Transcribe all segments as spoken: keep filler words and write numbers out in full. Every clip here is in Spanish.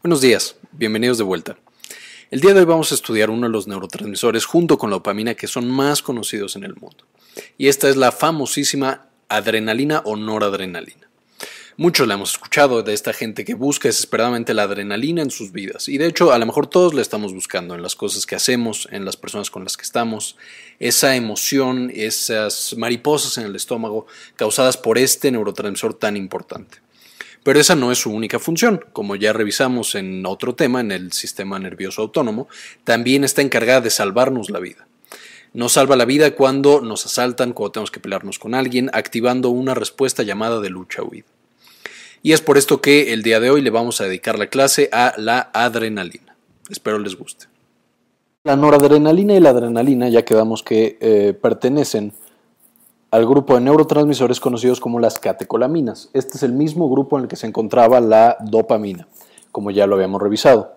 Buenos días, bienvenidos de vuelta. El día de hoy vamos a estudiar uno de los neurotransmisores junto con la dopamina que son más conocidos en el mundo. Y esta es la famosísima adrenalina o noradrenalina. Muchos la hemos escuchado de esta gente que busca desesperadamente la adrenalina en sus vidas. Y de hecho, a lo mejor todos la estamos buscando en las cosas que hacemos, en las personas con las que estamos. Esa emoción, esas mariposas en el estómago causadas por este neurotransmisor tan importante. Pero esa no es su única función. Como ya revisamos en otro tema, en el sistema nervioso autónomo, también está encargada de salvarnos la vida. Nos salva la vida cuando nos asaltan, cuando tenemos que pelearnos con alguien, activando una respuesta llamada de lucha-huida. Y es por esto que el día de hoy le vamos a dedicar la clase a la adrenalina. Espero les guste. La noradrenalina y la adrenalina ya quedamos que eh, pertenecen al grupo de neurotransmisores conocidos como las catecolaminas. Este es el mismo grupo en el que se encontraba la dopamina, como ya lo habíamos revisado.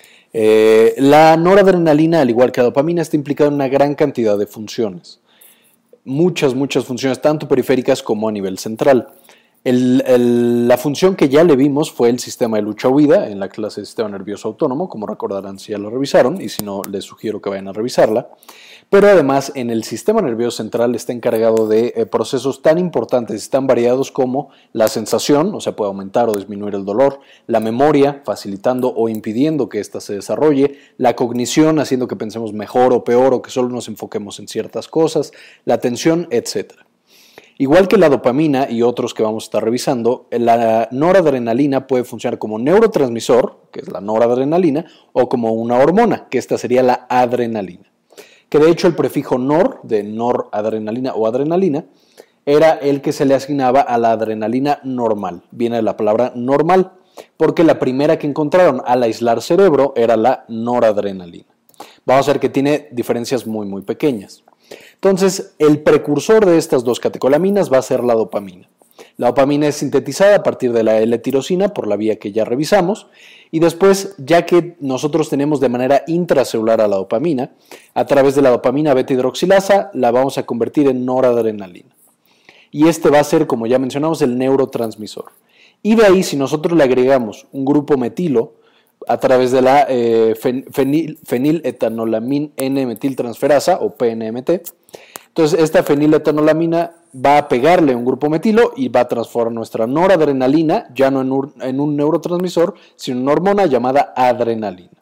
Eh, la noradrenalina, al igual que la dopamina, está implicada en una gran cantidad de funciones. Muchas, muchas funciones, tanto periféricas como a nivel central. El, el, la función que ya le vimos fue el sistema de lucha-huida en la clase de sistema nervioso autónomo, como recordarán si ya lo revisaron, y si no, les sugiero que vayan a revisarla. Pero además, en el sistema nervioso central está encargado de eh, procesos tan importantes y tan variados como la sensación, o sea, puede aumentar o disminuir el dolor, la memoria, facilitando o impidiendo que ésta se desarrolle, la cognición, haciendo que pensemos mejor o peor o que solo nos enfoquemos en ciertas cosas, la atención, etcétera. Igual que la dopamina y otros que vamos a estar revisando, la noradrenalina puede funcionar como neurotransmisor, que es la noradrenalina, o como una hormona, que esta sería la adrenalina. Que de hecho el prefijo nor, de noradrenalina o adrenalina, era el que se le asignaba a la adrenalina normal. Viene de la palabra normal, porque la primera que encontraron al aislar cerebro era la noradrenalina. Vamos a ver que tiene diferencias muy, muy pequeñas. Entonces, el precursor de estas dos catecolaminas va a ser la dopamina. La dopamina es sintetizada a partir de la L-tirosina por la vía que ya revisamos y después, ya que nosotros tenemos de manera intracelular a la dopamina, a través de la dopamina beta-hidroxilasa la vamos a convertir en noradrenalina. Y este va a ser, como ya mencionamos, el neurotransmisor. Y de ahí, si nosotros le agregamos un grupo metilo a través de la eh, fenil, feniletanolamina N-metiltransferasa o P N M T, entonces esta feniletanolamina va a pegarle un grupo metilo y va a transformar nuestra noradrenalina, ya no en un, en un neurotransmisor, sino en una hormona llamada adrenalina.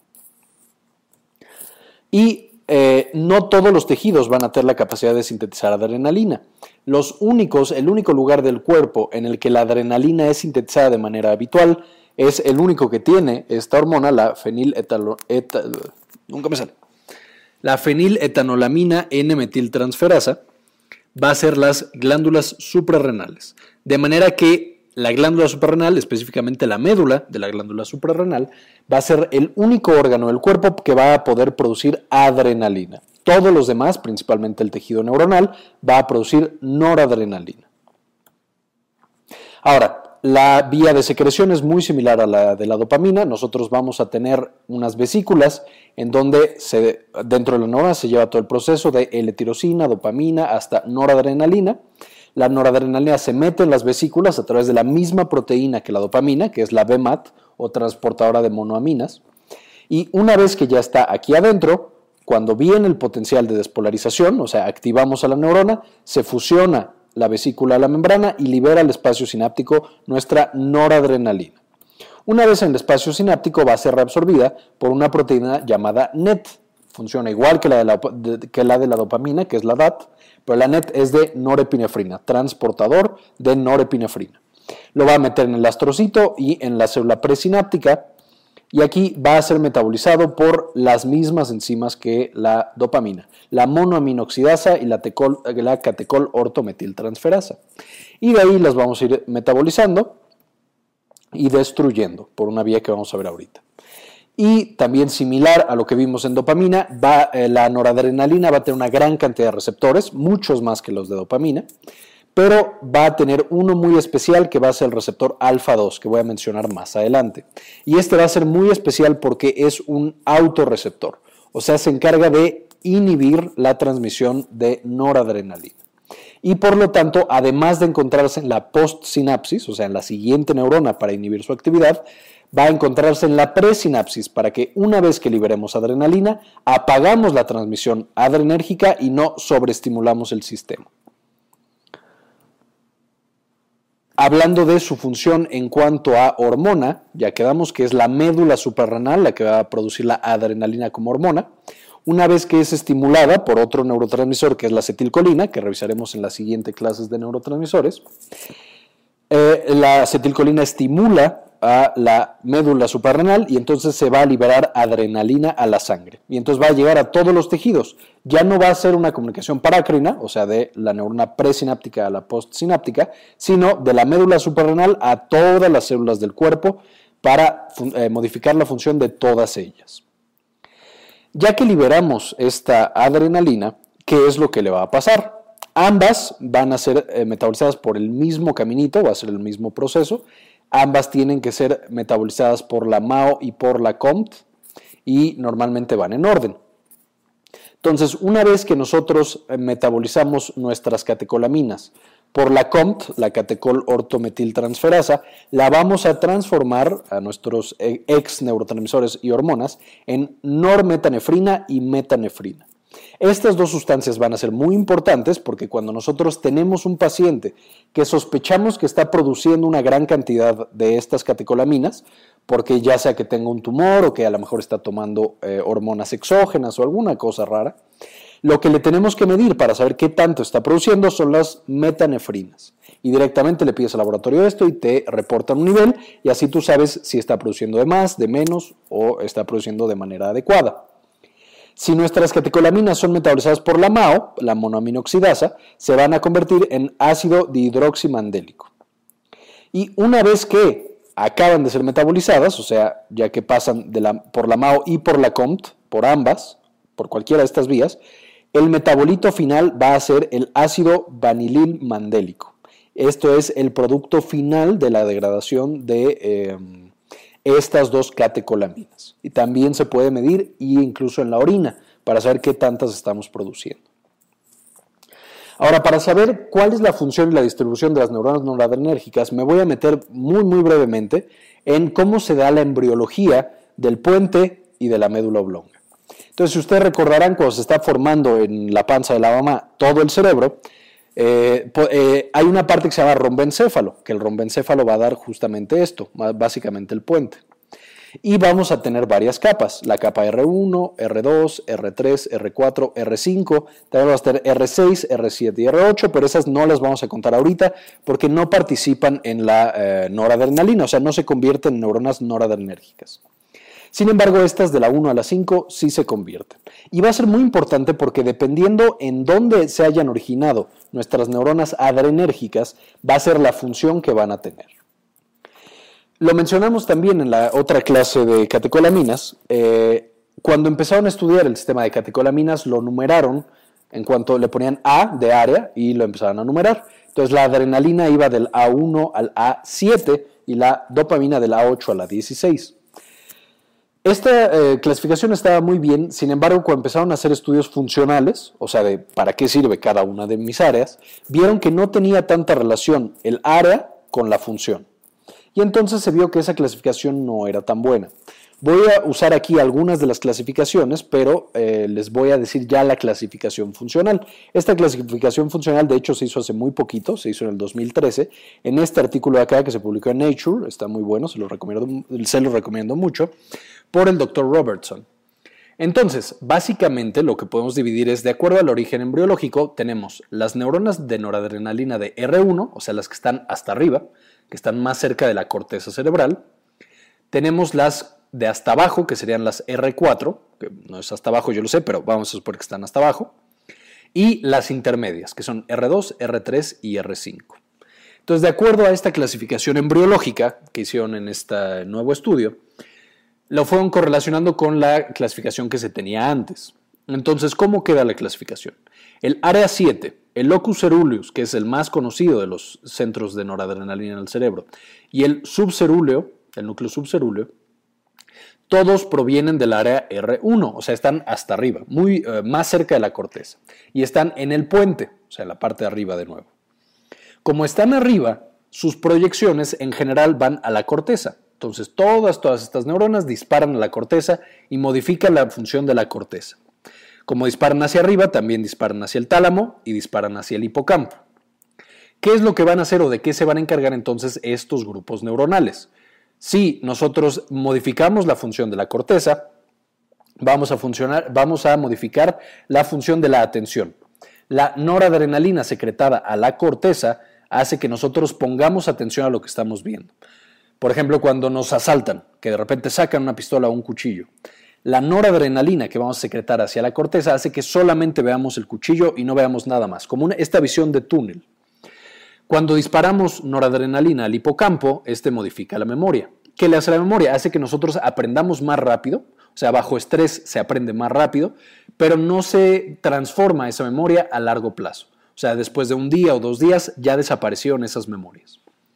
Y eh, no todos los tejidos van a tener la capacidad de sintetizar adrenalina. Los únicos, el único lugar del cuerpo en el que la adrenalina es sintetizada de manera habitual es el único que tiene esta hormona, la feniletano, eta, nunca me sale. La feniletanolamina N-metiltransferasa va a ser las glándulas suprarrenales. De manera que la glándula suprarrenal, específicamente la médula de la glándula suprarrenal, va a ser el único órgano del cuerpo que va a poder producir adrenalina. Todos los demás, principalmente el tejido neuronal, va a producir noradrenalina. Ahora, la vía de secreción es muy similar a la de la dopamina. Nosotros vamos a tener unas vesículas en donde se, dentro de la neurona se lleva todo el proceso de L-tirosina, dopamina, hasta noradrenalina. La noradrenalina se mete en las vesículas a través de la misma proteína que la dopamina, que es la B M A T o transportadora de monoaminas. Y una vez que ya está aquí adentro, cuando viene el potencial de despolarización, o sea, activamos a la neurona, se fusiona la vesícula a la membrana y libera al espacio sináptico nuestra noradrenalina. Una vez en el espacio sináptico va a ser reabsorbida por una proteína llamada N E T. Funciona igual que la de la, de, que la, de la dopamina, que es la D A T, pero la N E T es de norepinefrina, transportador de norepinefrina. Lo va a meter en el astrocito y en la célula presináptica y aquí va a ser metabolizado por las mismas enzimas que la dopamina, la monoaminoxidasa y la, tecol, la catecol ortometiltransferasa. Y de ahí las vamos a ir metabolizando y destruyendo por una vía que vamos a ver ahorita. Y también similar a lo que vimos en dopamina, va, eh, la noradrenalina va a tener una gran cantidad de receptores, muchos más que los de dopamina, pero va a tener uno muy especial que va a ser el receptor alfa dos, que voy a mencionar más adelante. Y este va a ser muy especial porque es un autorreceptor, o sea, se encarga de inhibir la transmisión de noradrenalina. Y por lo tanto, además de encontrarse en la postsinapsis, o sea, en la siguiente neurona para inhibir su actividad, va a encontrarse en la presinapsis para que una vez que liberemos adrenalina, apagamos la transmisión adrenérgica y no sobreestimulamos el sistema. Hablando de su función en cuanto a hormona, ya quedamos que es la médula suprarrenal la que va a producir la adrenalina como hormona. Una vez que es estimulada por otro neurotransmisor que es la acetilcolina, que revisaremos en las siguientes clases de neurotransmisores, eh, la acetilcolina estimula a la médula suprarrenal y entonces se va a liberar adrenalina a la sangre. Y entonces va a llegar a todos los tejidos. Ya no va a ser una comunicación parácrina, o sea, de la neurona presináptica a la postsináptica, sino de la médula suprarrenal a todas las células del cuerpo para eh, modificar la función de todas ellas. Ya que liberamos esta adrenalina, ¿qué es lo que le va a pasar? Ambas van a ser eh, metabolizadas por el mismo caminito, va a ser el mismo proceso. Ambas tienen que ser metabolizadas por la M A O y por la C O M T y normalmente van en orden. Entonces, una vez que nosotros metabolizamos nuestras catecolaminas por la C O M T, la catecol ortometiltransferasa, la vamos a transformar a nuestros ex neurotransmisores y hormonas en normetanefrina y metanefrina. Estas dos sustancias van a ser muy importantes porque cuando nosotros tenemos un paciente que sospechamos que está produciendo una gran cantidad de estas catecolaminas, porque ya sea que tenga un tumor o que a lo mejor está tomando eh, hormonas exógenas o alguna cosa rara, lo que le tenemos que medir para saber qué tanto está produciendo son las metanefrinas. Y directamente le pides al laboratorio esto y te reportan un nivel y así tú sabes si está produciendo de más, de menos o está produciendo de manera adecuada. Si nuestras catecolaminas son metabolizadas por la M A O, la monoaminoxidasa, se van a convertir en ácido dihidroximandélico. Y una vez que acaban de ser metabolizadas, o sea, ya que pasan de la, por la M A O y por la C O M T, por ambas, por cualquiera de estas vías, el metabolito final va a ser el ácido vanililmandélico. Esto es el producto final de la degradación de eh, estas dos catecolaminas. Y también se puede medir y incluso en la orina para saber qué tantas estamos produciendo. Ahora, para saber cuál es la función y la distribución de las neuronas noradrenérgicas, me voy a meter muy, muy brevemente en cómo se da la embriología del puente y de la médula oblonga. Entonces, si ustedes recordarán, cuando se está formando en la panza de la mamá todo el cerebro, eh, eh, hay una parte que se llama rombencéfalo, que el rombencéfalo va a dar justamente esto, básicamente el puente. Y vamos a tener varias capas, la capa erre uno, erre dos, erre tres, erre cuatro, erre cinco, también vamos a tener erre seis, erre siete y erre ocho, pero esas no las vamos a contar ahorita porque no participan en la eh, noradrenalina, o sea, no se convierten en neuronas noradrenérgicas. Sin embargo, estas de la uno a la cinco sí se convierten. Y va a ser muy importante porque dependiendo en dónde se hayan originado nuestras neuronas adrenérgicas, va a ser la función que van a tener. Lo mencionamos también en la otra clase de catecolaminas. Eh, cuando empezaron a estudiar el sistema de catecolaminas, lo numeraron en cuanto le ponían A de área y lo empezaron a numerar. Entonces la adrenalina iba del A uno al A siete y la dopamina del A ocho a la dieciséis. Esta eh, clasificación estaba muy bien, sin embargo, cuando empezaron a hacer estudios funcionales, o sea, de para qué sirve cada una de mis áreas, vieron que no tenía tanta relación el área con la función. Y entonces se vio que esa clasificación no era tan buena. Voy a usar aquí algunas de las clasificaciones, pero eh, les voy a decir ya la clasificación funcional. Esta clasificación funcional, de hecho, se hizo hace muy poquito, se hizo en el dos mil trece, en este artículo de acá que se publicó en Nature, está muy bueno, se lo recomiendo, se lo recomiendo mucho, por el doctor Robertson. Entonces, básicamente lo que podemos dividir es, de acuerdo al origen embriológico, tenemos las neuronas de noradrenalina de erre uno, o sea, las que están hasta arriba, que están más cerca de la corteza cerebral. Tenemos las de hasta abajo, que serían las erre cuatro, que no es hasta abajo, yo lo sé, pero vamos a suponer que están hasta abajo. Y las intermedias, que son erre dos, erre tres y erre cinco. Entonces, de acuerdo a esta clasificación embriológica que hicieron en este nuevo estudio, lo fueron correlacionando con la clasificación que se tenía antes. Entonces, ¿cómo queda la clasificación? El área siete, el locus ceruleus, que es el más conocido de los centros de noradrenalina en el cerebro, y el subcerúleo, el núcleo subcerúleo, todos provienen del área erre uno, o sea, están hasta arriba, muy, eh, más cerca de la corteza, y están en el puente, o sea, en la parte de arriba de nuevo. Como están arriba, sus proyecciones en general van a la corteza. Entonces, todas, todas estas neuronas disparan a la corteza y modifican la función de la corteza. Como disparan hacia arriba, también disparan hacia el tálamo y disparan hacia el hipocampo. ¿Qué es lo que van a hacer o de qué se van a encargar entonces estos grupos neuronales? Si nosotros modificamos la función de la corteza, vamos a, funcionar, vamos a modificar la función de la atención. La noradrenalina secretada a la corteza hace que nosotros pongamos atención a lo que estamos viendo. Por ejemplo, cuando nos asaltan, que de repente sacan una pistola o un cuchillo, la noradrenalina que vamos a secretar hacia la corteza hace que solamente veamos el cuchillo y no veamos nada más, como una, esta visión de túnel. Cuando disparamos noradrenalina al hipocampo, este modifica la memoria. ¿Qué le hace a la memoria? Hace que nosotros aprendamos más rápido, o sea, bajo estrés se aprende más rápido, pero no se transforma esa memoria a largo plazo. O sea, después de un día o dos días ya desaparecieron esas memorias.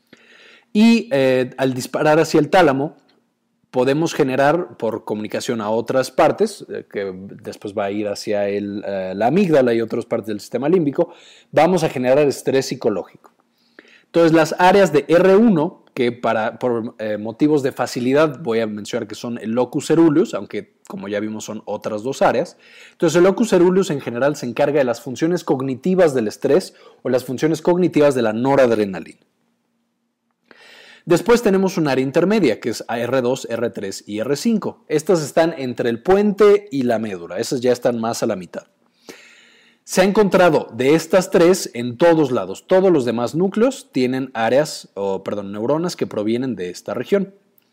Y eh, al disparar hacia el tálamo, podemos generar por comunicación a otras partes, eh, que después va a ir hacia el, eh, la amígdala y otras partes del sistema límbico, vamos a generar estrés psicológico. Entonces, las áreas de erre uno, que para, por eh, motivos de facilidad voy a mencionar que son el locus coeruleus, aunque como ya vimos son otras dos áreas. Entonces, el locus coeruleus en general se encarga de las funciones cognitivas del estrés o las funciones cognitivas de la noradrenalina. Después tenemos un área intermedia, que es erre dos, erre tres y erre cinco. Estas están entre el puente y la médula, esas ya están más a la mitad. Se ha encontrado de estas tres en todos lados. Todos los demás núcleos tienen áreas, o perdón, neuronas que provienen de esta región.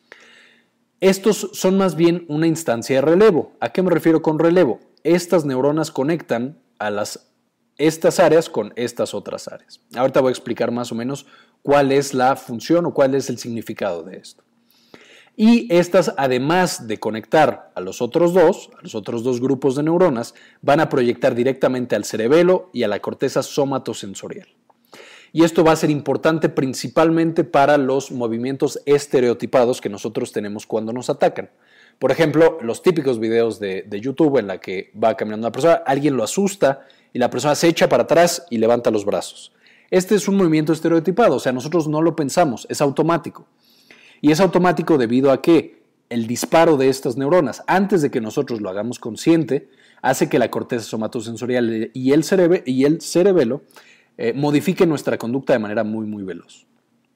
Estos son más bien una instancia de relevo. ¿A qué me refiero con relevo? Estas neuronas conectan a las, estas áreas con estas otras áreas. Ahorita voy a explicar más o menos cuál es la función o cuál es el significado de esto. Y estas, además de conectar a los otros dos, a los otros dos grupos de neuronas, van a proyectar directamente al cerebelo y a la corteza somatosensorial. Y esto va a ser importante principalmente para los movimientos estereotipados que nosotros tenemos cuando nos atacan. Por ejemplo, los típicos videos de, de YouTube en la que va caminando una persona, alguien lo asusta y la persona se echa para atrás y levanta los brazos. Este es un movimiento estereotipado, o sea, nosotros no lo pensamos, es automático. Y es automático debido a que el disparo de estas neuronas, antes de que nosotros lo hagamos consciente, hace que la corteza somatosensorial y el, cerebe y el cerebelo eh, modifiquen nuestra conducta de manera muy, muy veloz.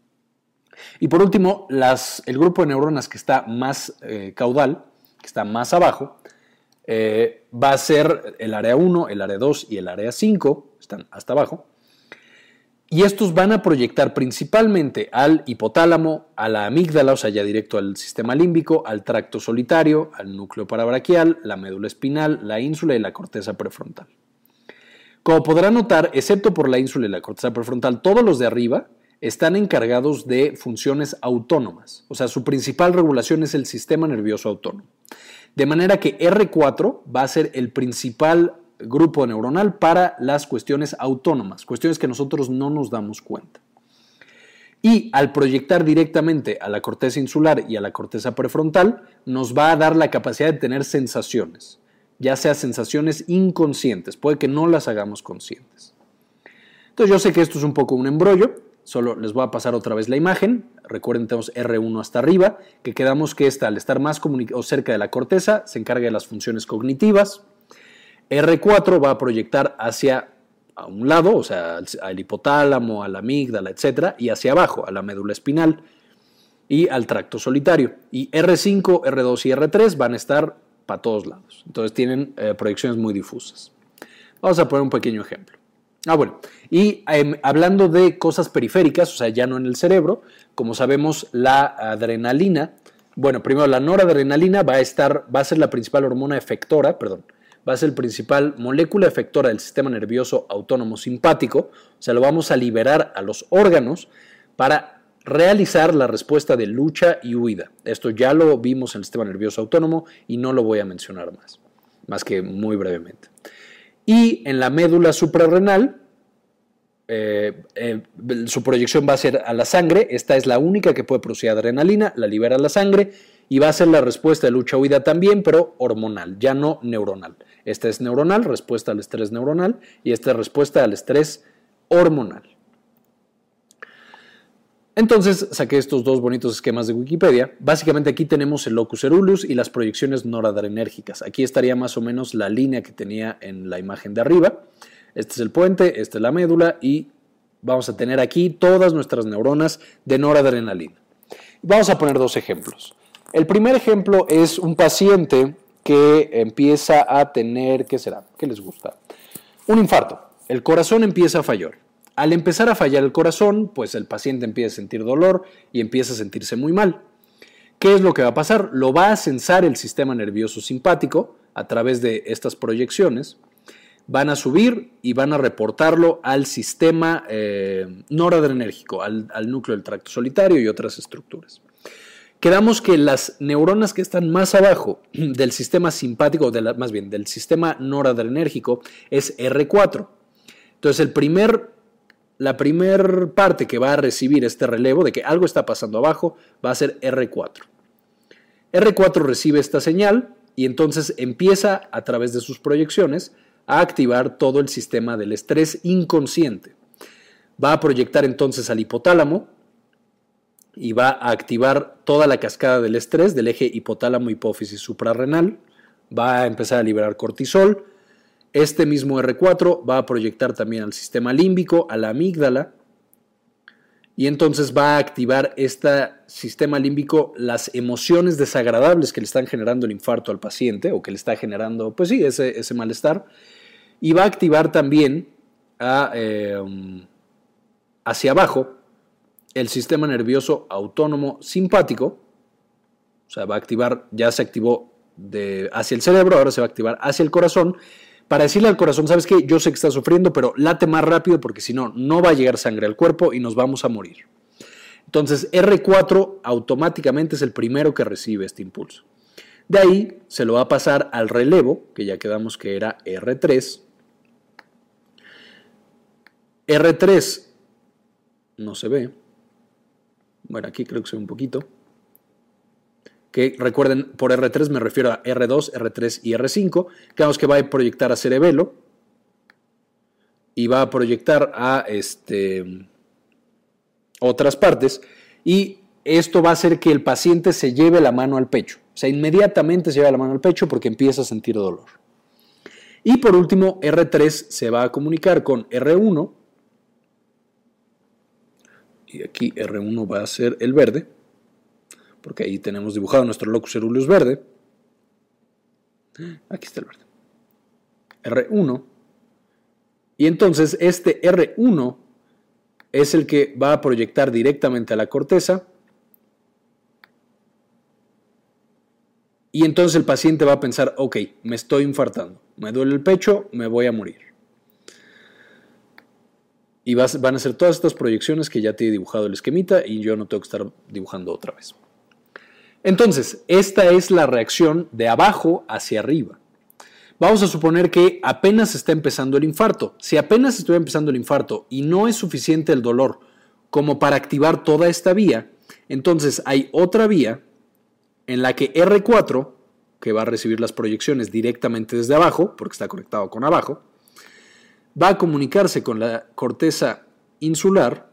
Y por último, las, el grupo de neuronas que está más eh, caudal, que está más abajo, eh, va a ser el área uno, el área dos y el área cinco, están hasta abajo. Y estos van a proyectar principalmente al hipotálamo, a la amígdala, o sea, ya directo al sistema límbico, al tracto solitario, al núcleo parabraquial, la médula espinal, la ínsula y la corteza prefrontal. Como podrán notar, excepto por la ínsula y la corteza prefrontal, todos los de arriba están encargados de funciones autónomas. O sea, su principal regulación es el sistema nervioso autónomo. De manera que erre cuatro va a ser el principal grupo neuronal para las cuestiones autónomas, cuestiones que nosotros no nos damos cuenta. Y al proyectar directamente a la corteza insular y a la corteza prefrontal, nos va a dar la capacidad de tener sensaciones, ya sea sensaciones inconscientes, puede que no las hagamos conscientes. Entonces yo sé que esto es un poco un embrollo, solo les voy a pasar otra vez la imagen. Recuerden, tenemos erre uno hasta arriba, que quedamos que esta, al estar más o cerca de la corteza, se encarga de las funciones cognitivas. erre cuatro va a proyectar hacia a un lado, o sea, al hipotálamo, a la amígdala, etcétera, y hacia abajo, a la médula espinal y al tracto solitario. Y erre cinco, erre dos y erre tres van a estar para todos lados. Entonces tienen eh, proyecciones muy difusas. Vamos a poner un pequeño ejemplo. Ah, bueno, y eh, hablando de cosas periféricas, o sea, ya no en el cerebro, como sabemos, la adrenalina, bueno, primero la noradrenalina va a estar, va a ser la principal hormona efectora, perdón, va a ser la principal molécula efectora del sistema nervioso autónomo simpático, o sea, lo vamos a liberar a los órganos para realizar la respuesta de lucha y huida. Esto ya lo vimos en el sistema nervioso autónomo y no lo voy a mencionar más, más que muy brevemente. Y en la médula suprarrenal, eh, eh, su proyección va a ser a la sangre. Esta es la única que puede producir adrenalina, la libera a la sangre y va a ser la respuesta de lucha-huida también, pero hormonal, ya no neuronal. Esta es neuronal, respuesta al estrés neuronal, y esta es respuesta al estrés hormonal. Entonces saqué estos dos bonitos esquemas de Wikipedia. Básicamente aquí tenemos el locus coeruleus y las proyecciones noradrenérgicas. Aquí estaría más o menos la línea que tenía en la imagen de arriba. Este es el puente, esta es la médula y vamos a tener aquí todas nuestras neuronas de noradrenalina. Vamos a poner dos ejemplos. El primer ejemplo es un paciente que empieza a tener, ¿qué será? ¿Qué les gusta? Un infarto. El corazón empieza a fallar. Al empezar a fallar el corazón, pues el paciente empieza a sentir dolor y empieza a sentirse muy mal. ¿Qué es lo que va a pasar? Lo va a censar el sistema nervioso simpático a través de estas proyecciones. Van a subir y van a reportarlo al sistema eh, noradrenérgico, al, al núcleo del tracto solitario y otras estructuras. Quedamos que las neuronas que están más abajo del sistema simpático, de la, más bien del sistema noradrenérgico, es erre cuatro. Entonces el primer... La primera parte que va a recibir este relevo de que algo está pasando abajo va a ser erre cuatro. erre cuatro recibe esta señal y entonces empieza a través de sus proyecciones a activar todo el sistema del estrés inconsciente. Va a proyectar entonces al hipotálamo y va a activar toda la cascada del estrés del eje hipotálamo-hipófisis suprarrenal. Va a empezar a liberar cortisol. Este mismo erre cuatro va a proyectar también al sistema límbico, a la amígdala, y entonces va a activar este sistema límbico las emociones desagradables que le están generando el infarto al paciente, o que le está generando, pues sí, ese, ese malestar, y va a activar también a, eh, hacia abajo el sistema nervioso autónomo simpático, o sea, va a activar, ya se activó de, hacia el cerebro, ahora se va a activar hacia el corazón, para decirle al corazón, ¿sabes qué? Yo sé que está sufriendo, pero late más rápido porque si no, no va a llegar sangre al cuerpo y nos vamos a morir. Entonces, erre cuatro automáticamente es el primero que recibe este impulso. De ahí se lo va a pasar al relevo, que ya quedamos que era erre tres. erre tres no se ve. Bueno, aquí creo que se ve un poquito. Que recuerden, por erre tres me refiero a erre dos, erre tres y erre cinco, que va a proyectar a cerebelo y va a proyectar a este, otras partes, y esto va a hacer que el paciente se lleve la mano al pecho, o sea, inmediatamente se lleva la mano al pecho porque empieza a sentir dolor. Y por último, erre tres se va a comunicar con erre uno, y aquí erre uno va a ser el verde, porque ahí tenemos dibujado nuestro locus coeruleus verde. Aquí está el verde. erre uno. Y entonces este erre uno es el que va a proyectar directamente a la corteza. Y entonces el paciente va a pensar, ok, me estoy infartando, me duele el pecho, me voy a morir. Y vas, van a ser todas estas proyecciones que ya te he dibujado el esquemita y yo no tengo que estar dibujando otra vez. Entonces, esta es la reacción de abajo hacia arriba. Vamos a suponer que apenas está empezando el infarto. Si apenas estuviera empezando el infarto y no es suficiente el dolor como para activar toda esta vía, entonces hay otra vía en la que erre cuatro, que va a recibir las proyecciones directamente desde abajo, porque está conectado con abajo, va a comunicarse con la corteza insular.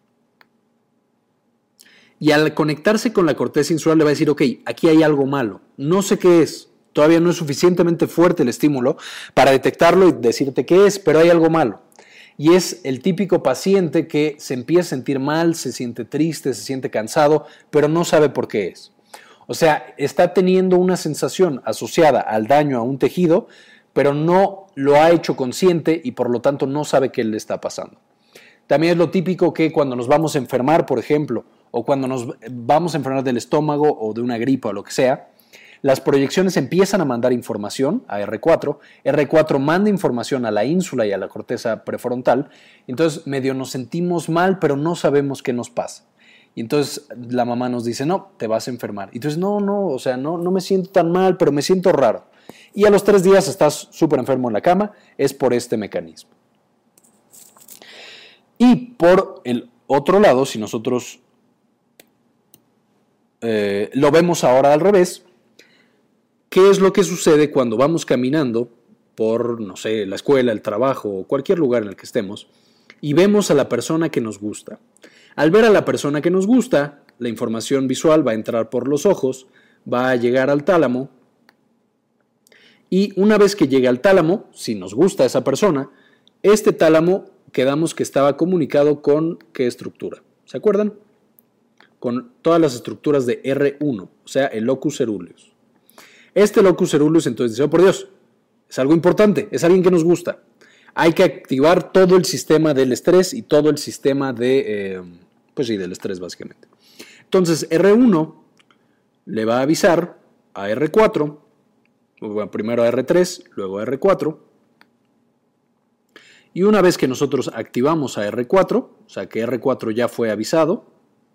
Y al conectarse con la corteza insular le va a decir, ok, aquí hay algo malo, no sé qué es, todavía no es suficientemente fuerte el estímulo para detectarlo y decirte qué es, pero hay algo malo. Y es el típico paciente que se empieza a sentir mal, se siente triste, se siente cansado, pero no sabe por qué es. O sea, está teniendo una sensación asociada al daño a un tejido, pero no lo ha hecho consciente y por lo tanto no sabe qué le está pasando. También es lo típico que cuando nos vamos a enfermar, por ejemplo, o cuando nos vamos a enfermar del estómago o de una gripa o lo que sea, las proyecciones empiezan a mandar información a erre cuatro, erre cuatro manda información a la ínsula y a la corteza prefrontal, entonces medio nos sentimos mal, pero no sabemos qué nos pasa. Y entonces la mamá nos dice, no, te vas a enfermar. Y entonces, no, no, o sea, no, no me siento tan mal, pero me siento raro. Y a los tres días estás súper enfermo en la cama, es por este mecanismo. Y por el otro lado, si nosotros eh, lo vemos ahora al revés, ¿qué es lo que sucede cuando vamos caminando por, no sé, la escuela, el trabajo o cualquier lugar en el que estemos y vemos a la persona que nos gusta? Al ver a la persona que nos gusta, la información visual va a entrar por los ojos, va a llegar al tálamo, y una vez que llegue al tálamo, si nos gusta esa persona, este tálamo quedamos que estaba comunicado con ¿qué estructura? ¿Se acuerdan? Con todas las estructuras de erre uno, o sea, el locus ceruleus. Este locus ceruleus entonces dice, oh por Dios, es algo importante, es alguien que nos gusta. Hay que activar todo el sistema del estrés y todo el sistema de, eh, pues sí, del estrés básicamente. Entonces erre uno le va a avisar a erre cuatro, bueno, primero a erre tres, luego a erre cuatro, y una vez que nosotros activamos a erre cuatro, o sea que erre cuatro ya fue avisado,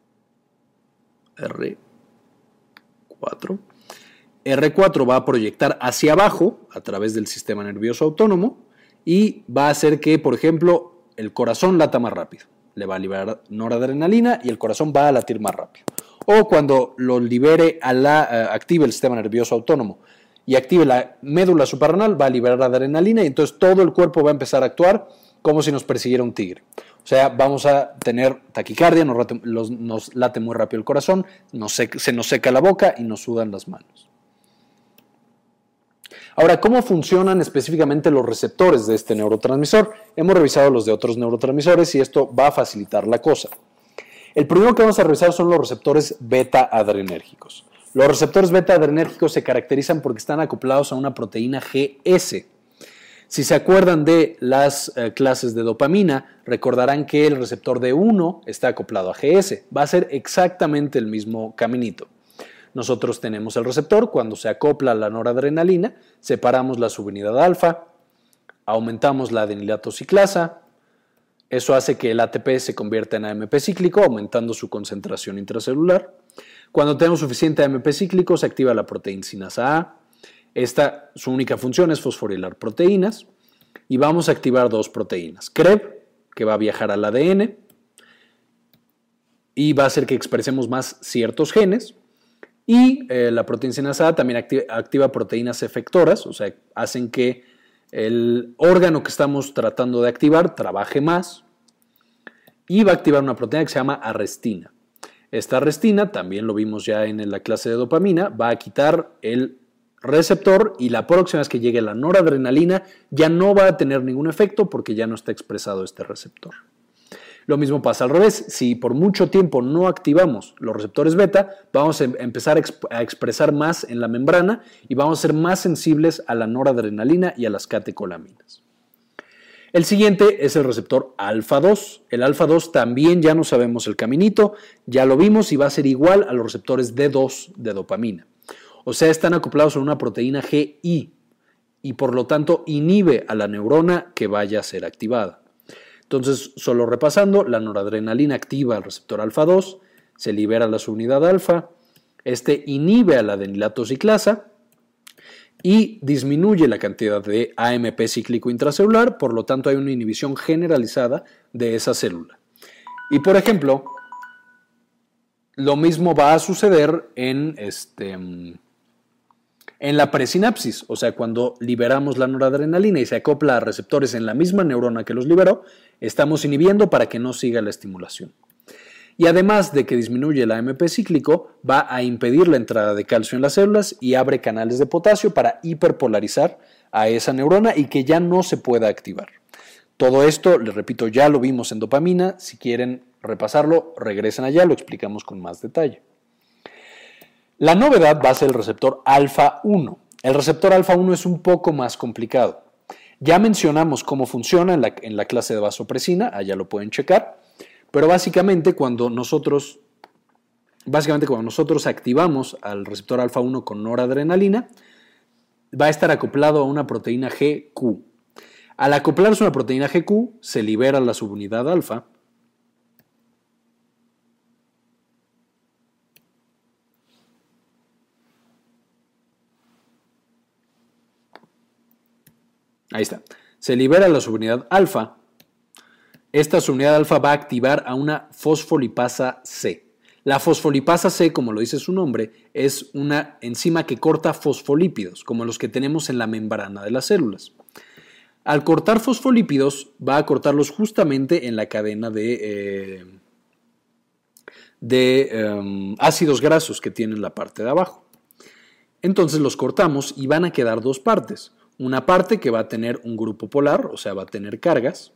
erre cuatro, erre cuatro va a proyectar hacia abajo a través del sistema nervioso autónomo y va a hacer que, por ejemplo, el corazón lata más rápido. Le va a liberar noradrenalina y el corazón va a latir más rápido. O cuando lo libere, a la, uh, active el sistema nervioso autónomo y active la médula suprarrenal, va a liberar adrenalina y entonces todo el cuerpo va a empezar a actuar como si nos persiguiera un tigre. O sea, vamos a tener taquicardia, nos, rate, los, nos late muy rápido el corazón, nos seca, se nos seca la boca y nos sudan las manos. Ahora, ¿cómo funcionan específicamente los receptores de este neurotransmisor? Hemos revisado los de otros neurotransmisores y esto va a facilitar la cosa. El primero que vamos a revisar son los receptores beta-adrenérgicos. Los receptores beta-adrenérgicos se caracterizan porque están acoplados a una proteína ge ese. Si se acuerdan de las eh, clases de dopamina, recordarán que el receptor de uno está acoplado a ge ese. Va a ser exactamente el mismo caminito. Nosotros tenemos el receptor, cuando se acopla a la noradrenalina, separamos la subunidad alfa, aumentamos la adenilato ciclasa, eso hace que el A T P se convierta en A M P cíclico, aumentando su concentración intracelular. Cuando tenemos suficiente A M P cíclico, se activa la proteína sinasa A. Esta, su única función es fosforilar proteínas y vamos a activar dos proteínas. C R E B, que va a viajar al A D N y va a hacer que expresemos más ciertos genes. Y eh, la proteína sinasa A también activa, activa proteínas efectoras, o sea, hacen que el órgano que estamos tratando de activar trabaje más y va a activar una proteína que se llama arrestina. Esta arrestina, también lo vimos ya en la clase de dopamina, va a quitar el receptor y la próxima vez que llegue la noradrenalina ya no va a tener ningún efecto porque ya no está expresado este receptor. Lo mismo pasa al revés, si por mucho tiempo no activamos los receptores beta, vamos a empezar a, exp a expresar más en la membrana y vamos a ser más sensibles a la noradrenalina y a las catecolaminas. El siguiente es el receptor alfa dos. El alfa dos también ya no sabemos el caminito, ya lo vimos y va a ser igual a los receptores de dos de dopamina. O sea, están acoplados a una proteína ge i y por lo tanto inhibe a la neurona que vaya a ser activada. Entonces, solo repasando, la noradrenalina activa el receptor alfa dos, se libera la subunidad alfa, este inhibe a la adenilato ciclasa y disminuye la cantidad de A M P cíclico intracelular, por lo tanto hay una inhibición generalizada de esa célula. Y por ejemplo, lo mismo va a suceder en, este, en la presinapsis, o sea, cuando liberamos la noradrenalina y se acopla a receptores en la misma neurona que los liberó, estamos inhibiendo para que no siga la estimulación. Y además de que disminuye el A M P cíclico, va a impedir la entrada de calcio en las células y abre canales de potasio para hiperpolarizar a esa neurona y que ya no se pueda activar. Todo esto, les repito, ya lo vimos en dopamina. Si quieren repasarlo, regresen allá, lo explicamos con más detalle. La novedad va a ser el receptor alfa uno. El receptor alfa uno es un poco más complicado. Ya mencionamos cómo funciona en la, en la clase de vasopresina, allá lo pueden checar, pero básicamente cuando nosotros, básicamente cuando nosotros activamos al receptor alfa uno con noradrenalina, va a estar acoplado a una proteína ge cu. Al acoplarse a una proteína ge cu, se libera la subunidad alfa, ahí está. Se libera la subunidad alfa. Esta subunidad alfa va a activar a una fosfolipasa C. La fosfolipasa C, como lo dice su nombre, es una enzima que corta fosfolípidos, como los que tenemos en la membrana de las células. Al cortar fosfolípidos, va a cortarlos justamente en la cadena de, eh, de um, ácidos grasos que tienen la parte de abajo. Entonces los cortamos y van a quedar dos partes. Una parte que va a tener un grupo polar, o sea, va a tener cargas.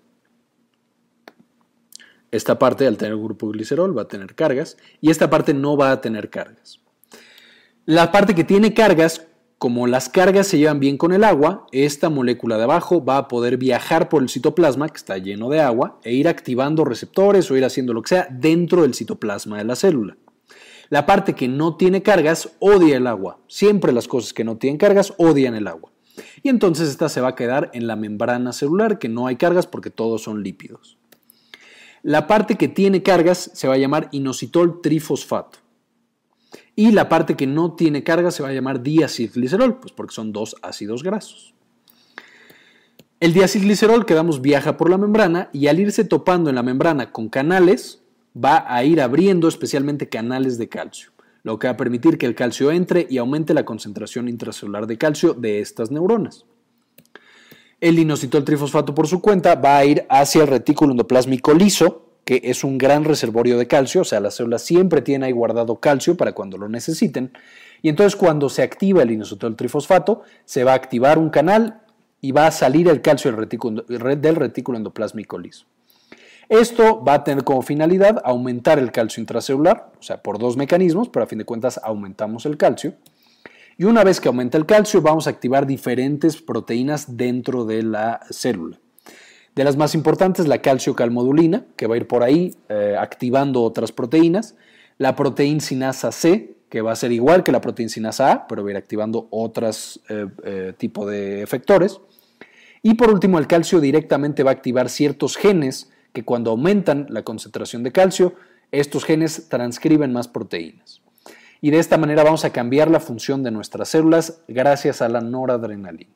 Esta parte, al tener un grupo glicerol, va a tener cargas. Y esta parte no va a tener cargas. La parte que tiene cargas, como las cargas se llevan bien con el agua, esta molécula de abajo va a poder viajar por el citoplasma, que está lleno de agua, e ir activando receptores o ir haciendo lo que sea dentro del citoplasma de la célula. La parte que no tiene cargas odia el agua. Siempre las cosas que no tienen cargas odian el agua. Y entonces esta se va a quedar en la membrana celular, que no hay cargas porque todos son lípidos. La parte que tiene cargas se va a llamar inositol trifosfato. Y la parte que no tiene cargas se va a llamar diacilglicerol, pues porque son dos ácidos grasos. El diacilglicerol, quedamos, viaja por la membrana y al irse topando en la membrana con canales, va a ir abriendo especialmente canales de calcio, lo que va a permitir que el calcio entre y aumente la concentración intracelular de calcio de estas neuronas. El inositol trifosfato, por su cuenta, va a ir hacia el retículo endoplásmico liso, que es un gran reservorio de calcio, o sea, las células siempre tienen ahí guardado calcio para cuando lo necesiten, y entonces cuando se activa el inositol trifosfato, se va a activar un canal y va a salir el calcio del retículo, del retículo endoplásmico liso. Esto va a tener como finalidad aumentar el calcio intracelular, o sea, por dos mecanismos, pero a fin de cuentas aumentamos el calcio. Y una vez que aumenta el calcio, vamos a activar diferentes proteínas dentro de la célula. De las más importantes, la calciocalmodulina, que va a ir por ahí eh, activando otras proteínas. La proteincinasa C, que va a ser igual que la proteincinasa A, pero va a ir activando otros eh, eh, tipos de efectores. Y por último, el calcio directamente va a activar ciertos genes que cuando aumentan la concentración de calcio, estos genes transcriben más proteínas. Y de esta manera vamos a cambiar la función de nuestras células gracias a la noradrenalina.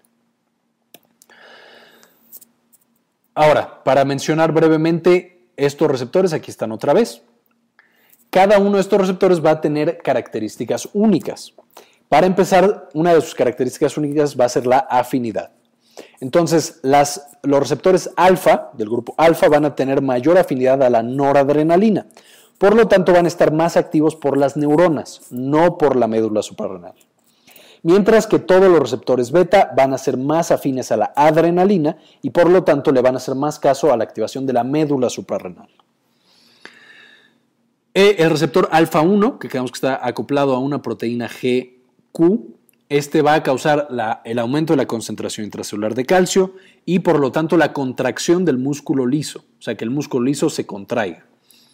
Ahora, para mencionar brevemente estos receptores, aquí están otra vez. Cada uno de estos receptores va a tener características únicas. Para empezar, una de sus características únicas va a ser la afinidad. Entonces, las, los receptores alfa, del grupo alfa, van a tener mayor afinidad a la noradrenalina. Por lo tanto, van a estar más activos por las neuronas, no por la médula suprarrenal. Mientras que todos los receptores beta van a ser más afines a la adrenalina y por lo tanto le van a hacer más caso a la activación de la médula suprarrenal. El receptor alfa uno, que creemos que está acoplado a una proteína G Q, este va a causar la, el aumento de la concentración intracelular de calcio y por lo tanto la contracción del músculo liso, o sea que el músculo liso se contraiga.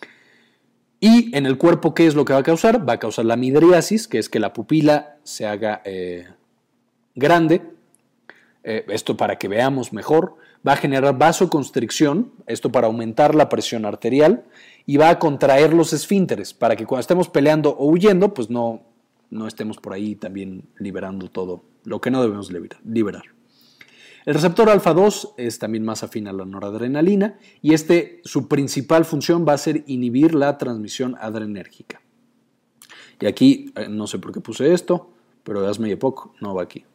Y en el cuerpo, ¿qué es lo que va a causar? Va a causar la midriasis, que es que la pupila se haga eh, grande, eh, esto para que veamos mejor. Va a generar vasoconstricción, esto para aumentar la presión arterial, y va a contraer los esfínteres, para que cuando estemos peleando o huyendo, pues no, no estemos por ahí también liberando todo lo que no debemos liberar. El receptor alfa dos es también más afín a la noradrenalina y este, su principal función va a ser inhibir la transmisión adrenérgica. Y aquí, no sé por qué puse esto, pero hazme y poco, no va aquí.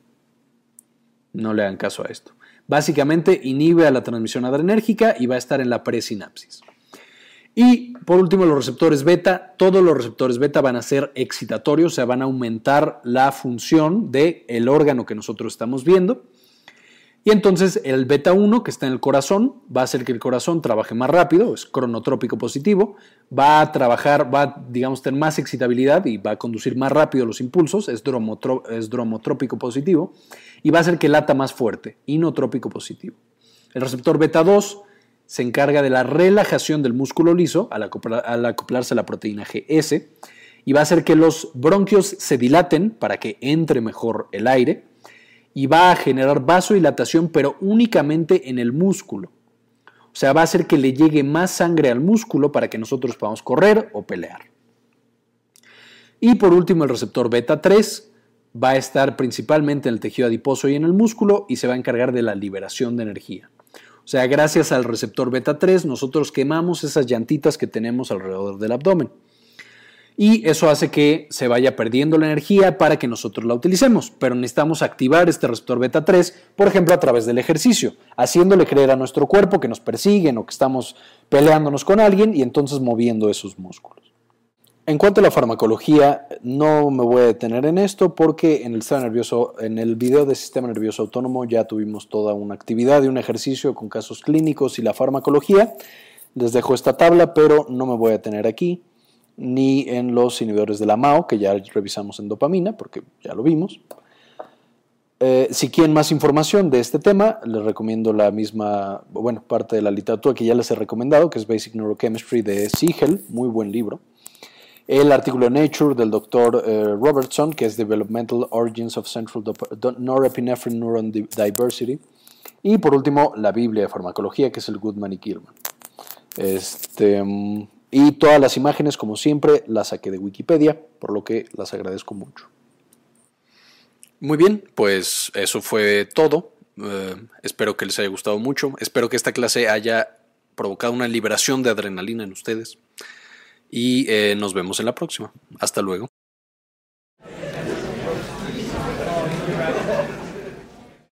No le hagan caso a esto. Básicamente inhibe a la transmisión adrenérgica y va a estar en la presinapsis. Y por último, los receptores beta, todos los receptores beta van a ser excitatorios, o sea, van a aumentar la función del órgano que nosotros estamos viendo. Y entonces el beta uno, que está en el corazón, va a hacer que el corazón trabaje más rápido, es cronotrópico positivo, va a trabajar, va a, digamos, tener más excitabilidad y va a conducir más rápido los impulsos, es, dromotro, es dromotrópico positivo, y va a hacer que lata más fuerte, inotrópico positivo. El receptor beta dos se encarga de la relajación del músculo liso al, acoplar, al acoplarse a la proteína G S y va a hacer que los bronquios se dilaten para que entre mejor el aire, y va a generar vasodilatación, pero únicamente en el músculo. O sea, va a hacer que le llegue más sangre al músculo para que nosotros podamos correr o pelear. Y por último, el receptor beta tres va a estar principalmente en el tejido adiposo y en el músculo y se va a encargar de la liberación de energía. O sea, gracias al receptor beta tres, nosotros quemamos esas llantitas que tenemos alrededor del abdomen. Y eso hace que se vaya perdiendo la energía para que nosotros la utilicemos. Pero necesitamos activar este receptor beta tres, por ejemplo, a través del ejercicio, haciéndole creer a nuestro cuerpo que nos persiguen o que estamos peleándonos con alguien y entonces moviendo esos músculos. En cuanto a la farmacología, no me voy a detener en esto porque en el sistema nervioso, en el video de sistema nervioso autónomo ya tuvimos toda una actividad y un ejercicio con casos clínicos y la farmacología. Les dejo esta tabla, pero no me voy a detener aquí, ni en los inhibidores de la M A O, que ya revisamos en dopamina, porque ya lo vimos. Eh, si quieren más información de este tema, les recomiendo la misma, bueno, parte de la literatura que ya les he recomendado, que es Basic Neurochemistry de Siegel, muy buen libro. El artículo de Nature del doctor eh, Robertson, que es Developmental Origins of Central Norepinephrine Neuron Diversity. Y por último, la Biblia de Farmacología, que es el Goodman y Gilman. Este, y todas las imágenes, como siempre, las saqué de Wikipedia, por lo que las agradezco mucho. Muy bien, pues eso fue todo. Eh, espero que les haya gustado mucho. Espero que esta clase haya provocado una liberación de adrenalina en ustedes. Y eh, nos vemos en la próxima. Hasta luego.